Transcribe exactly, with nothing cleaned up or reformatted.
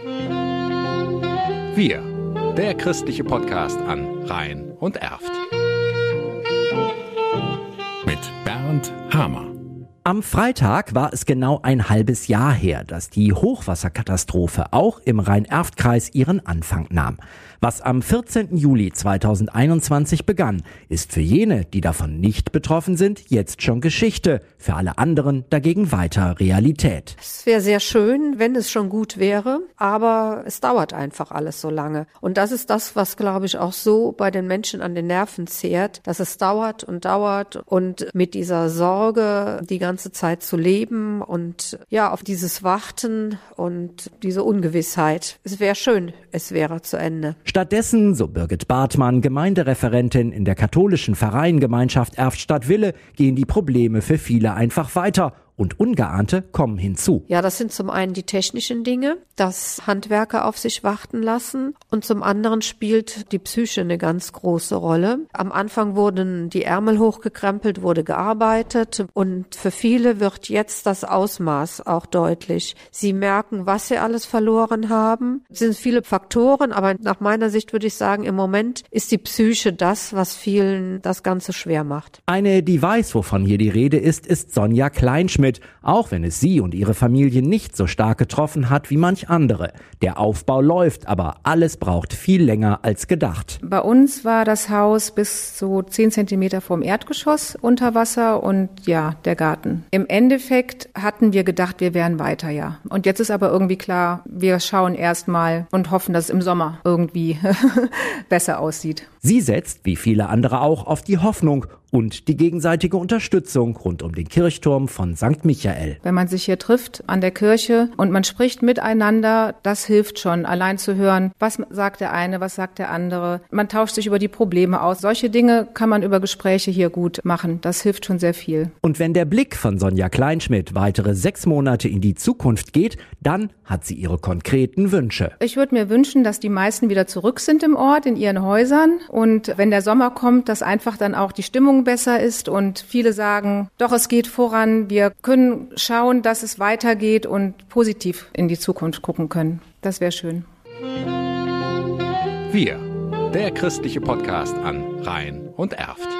Wir, der christliche Podcast an Rhein und Erft. Mit Bernd Hamer. Am Freitag war es genau ein halbes Jahr her, dass die Hochwasserkatastrophe auch im Rhein-Erft-Kreis ihren Anfang nahm. Was am vierzehnten Juli zweitausendeinundzwanzig begann, ist für jene, die davon nicht betroffen sind, jetzt schon Geschichte, für alle anderen dagegen weiter Realität. Es wäre sehr schön, wenn es schon gut wäre, aber es dauert einfach alles so lange. Und das ist das, was, glaube ich, auch so bei den Menschen an den Nerven zehrt, dass es dauert und dauert und mit dieser Sorge die ganze Zeit zu leben und ja, auf dieses Warten und diese Ungewissheit. Es wäre schön, es wäre zu Ende. Stattdessen, so Birgit Bartmann, Gemeindereferentin in der katholischen Pfarreiengemeinschaft Erft-Stadtwille, gehen die Probleme für viele einfach weiter. Und Ungeahnte kommen hinzu. Ja, das sind zum einen die technischen Dinge, dass Handwerker auf sich warten lassen. Und zum anderen spielt die Psyche eine ganz große Rolle. Am Anfang wurden die Ärmel hochgekrempelt, wurde gearbeitet. Und für viele wird jetzt das Ausmaß auch deutlich. Sie merken, was sie alles verloren haben. Es sind viele Faktoren, aber nach meiner Sicht würde ich sagen, im Moment ist die Psyche das, was vielen das Ganze schwer macht. Eine, die weiß, wovon hier die Rede ist, ist Sonja Kleinschmidt. Auch wenn es sie und ihre Familie nicht so stark getroffen hat wie manch andere. Der Aufbau läuft, aber alles braucht viel länger als gedacht. Bei uns war das Haus bis so zehn Zentimeter vom Erdgeschoss unter Wasser und ja, der Garten. Im Endeffekt hatten wir gedacht, wir wären weiter, ja. Und jetzt ist aber irgendwie klar, wir schauen erst mal und hoffen, dass es im Sommer irgendwie besser aussieht. Sie setzt, wie viele andere auch, auf die Hoffnung und die gegenseitige Unterstützung rund um den Kirchturm von Sankt Michael. Wenn man sich hier trifft an der Kirche und man spricht miteinander, das hilft schon, allein zu hören, was sagt der eine, was sagt der andere. Man tauscht sich über die Probleme aus. Solche Dinge kann man über Gespräche hier gut machen. Das hilft schon sehr viel. Und wenn der Blick von Sonja Kleinschmidt weitere sechs Monate in die Zukunft geht, dann hat sie ihre konkreten Wünsche. Ich würde mir wünschen, dass die meisten wieder zurück sind im Ort, in ihren Häusern. Und wenn der Sommer kommt, dass einfach dann auch die Stimmung besser ist und viele sagen, doch, es geht voran, wir können schauen, dass es weitergeht und positiv in die Zukunft gucken können. Das wäre schön. Wir, der christliche Podcast an Rhein und Erft.